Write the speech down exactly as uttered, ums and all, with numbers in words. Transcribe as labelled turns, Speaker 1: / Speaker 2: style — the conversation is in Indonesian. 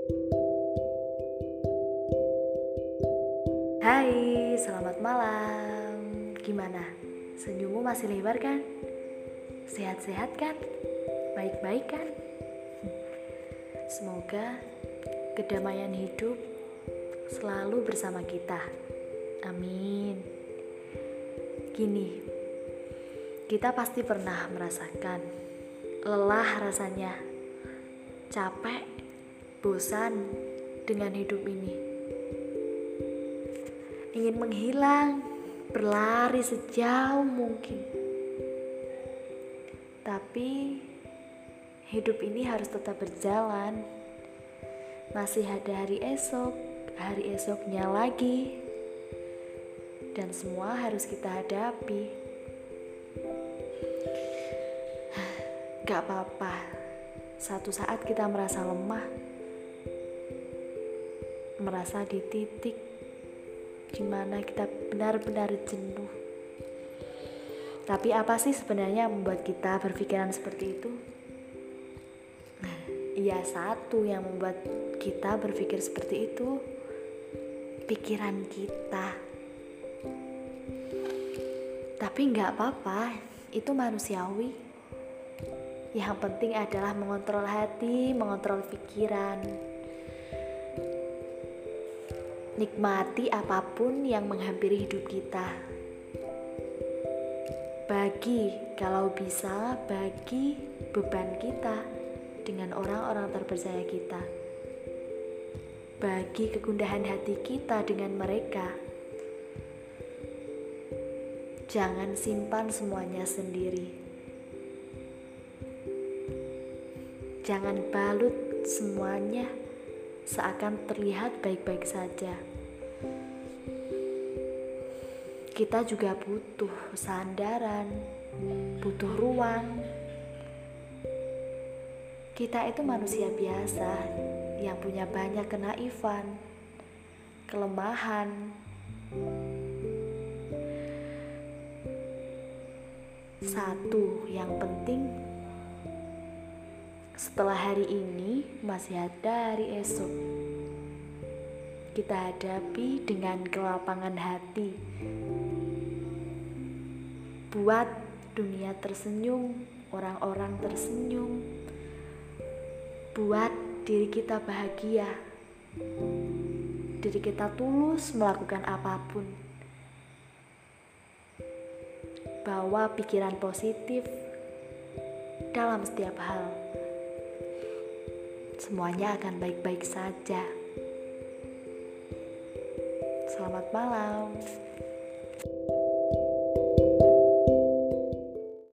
Speaker 1: Hai, selamat malam. Gimana? Senyummu masih lebar kan? Sehat-sehat kan? Baik-baik kan? Semoga kedamaian hidup selalu bersama kita. Amin. Gini, kita pasti pernah merasakan lelah rasanya, capek, bosan dengan hidup ini. Ingin menghilang, berlari sejauh mungkin. Tapi hidup ini harus tetap berjalan. Masih ada hari esok, hari esoknya lagi. Dan semua harus kita hadapi. Gak apa-apa, satu saat kita merasa lemah, merasa di titik dimana kita benar-benar jenuh. Tapi apa sih sebenarnya yang membuat kita berpikiran seperti itu? Iya, satu yang membuat kita berpikir seperti itu, pikiran kita. Tapi gak apa-apa, itu manusiawi. Yang penting adalah mengontrol hati, mengontrol pikiran. Nikmati apapun yang menghampiri hidup kita. Bagi, kalau bisa, bagi beban kita dengan orang-orang terpercaya kita. Bagi kegundahan hati kita dengan mereka. Jangan simpan semuanya sendiri. Jangan balut semuanya seakan terlihat baik-baik saja. Kita juga butuh sandaran, butuh ruang. Kita itu manusia biasa yang punya banyak kenaifan, kelemahan. Satu yang penting, setelah hari ini masih ada hari esok. Kita hadapi dengan kelapangan hati. Buat dunia tersenyum, orang-orang tersenyum. Buat diri kita bahagia. Diri kita tulus melakukan apapun. Bawa pikiran positif dalam setiap hal. Semuanya akan baik-baik saja. Selamat malam.